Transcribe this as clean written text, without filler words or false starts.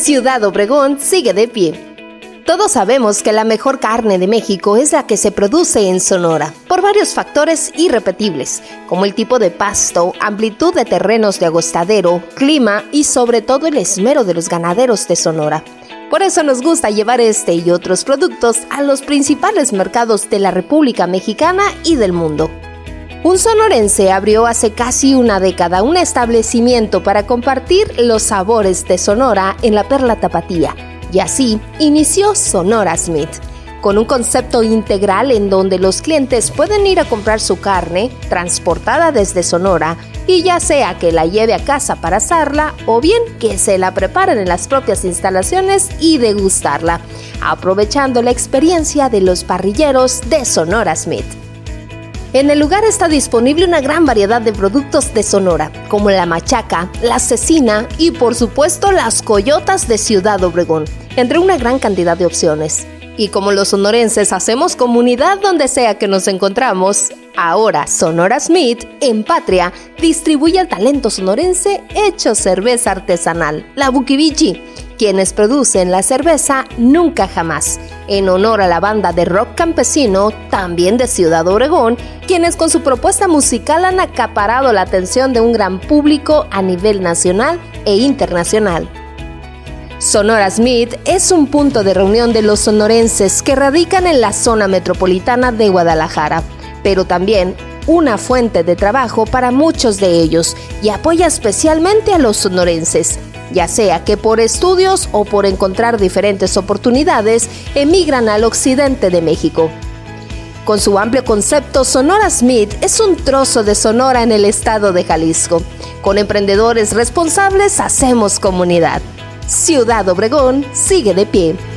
Ciudad Obregón sigue de pie. Todos sabemos que la mejor carne de México es la que se produce en Sonora, por varios factores irrepetibles, como el tipo de pasto, amplitud de terrenos de agostadero, clima y sobre todo el esmero de los ganaderos de Sonora. Por eso nos gusta llevar este y otros productos a los principales mercados de la República Mexicana y del mundo. Un sonorense abrió hace casi una década un establecimiento para compartir los sabores de Sonora en la Perla Tapatía, y así inició Sonoras Meat, con un concepto integral en donde los clientes pueden ir a comprar su carne transportada desde Sonora y ya sea que la lleve a casa para asarla o bien que se la preparen en las propias instalaciones y degustarla, aprovechando la experiencia de los parrilleros de Sonoras Meat. En el lugar está disponible una gran variedad de productos de Sonora, como la machaca, la cecina y por supuesto las coyotas de Ciudad Obregón, entre una gran cantidad de opciones. Y como los sonorenses hacemos comunidad donde sea que nos encontramos, ahora Sonoras Meat, en Patria, distribuye el talento sonorense hecho cerveza artesanal, la Bukivichi, quienes producen la cerveza Nunca Jamás, en honor a la banda de rock campesino, también de Ciudad Obregón, quienes con su propuesta musical han acaparado la atención de un gran público a nivel nacional e internacional. Sonoras Meat es un punto de reunión de los sonorenses que radican en la zona metropolitana de Guadalajara, pero también una fuente de trabajo para muchos de ellos y apoya especialmente a los sonorenses, ya sea que por estudios o por encontrar diferentes oportunidades emigran al occidente de México. Con su amplio concepto, Sonoras Meat es un trozo de Sonora en el estado de Jalisco. Con emprendedores responsables hacemos comunidad. Ciudad Obregón sigue de pie.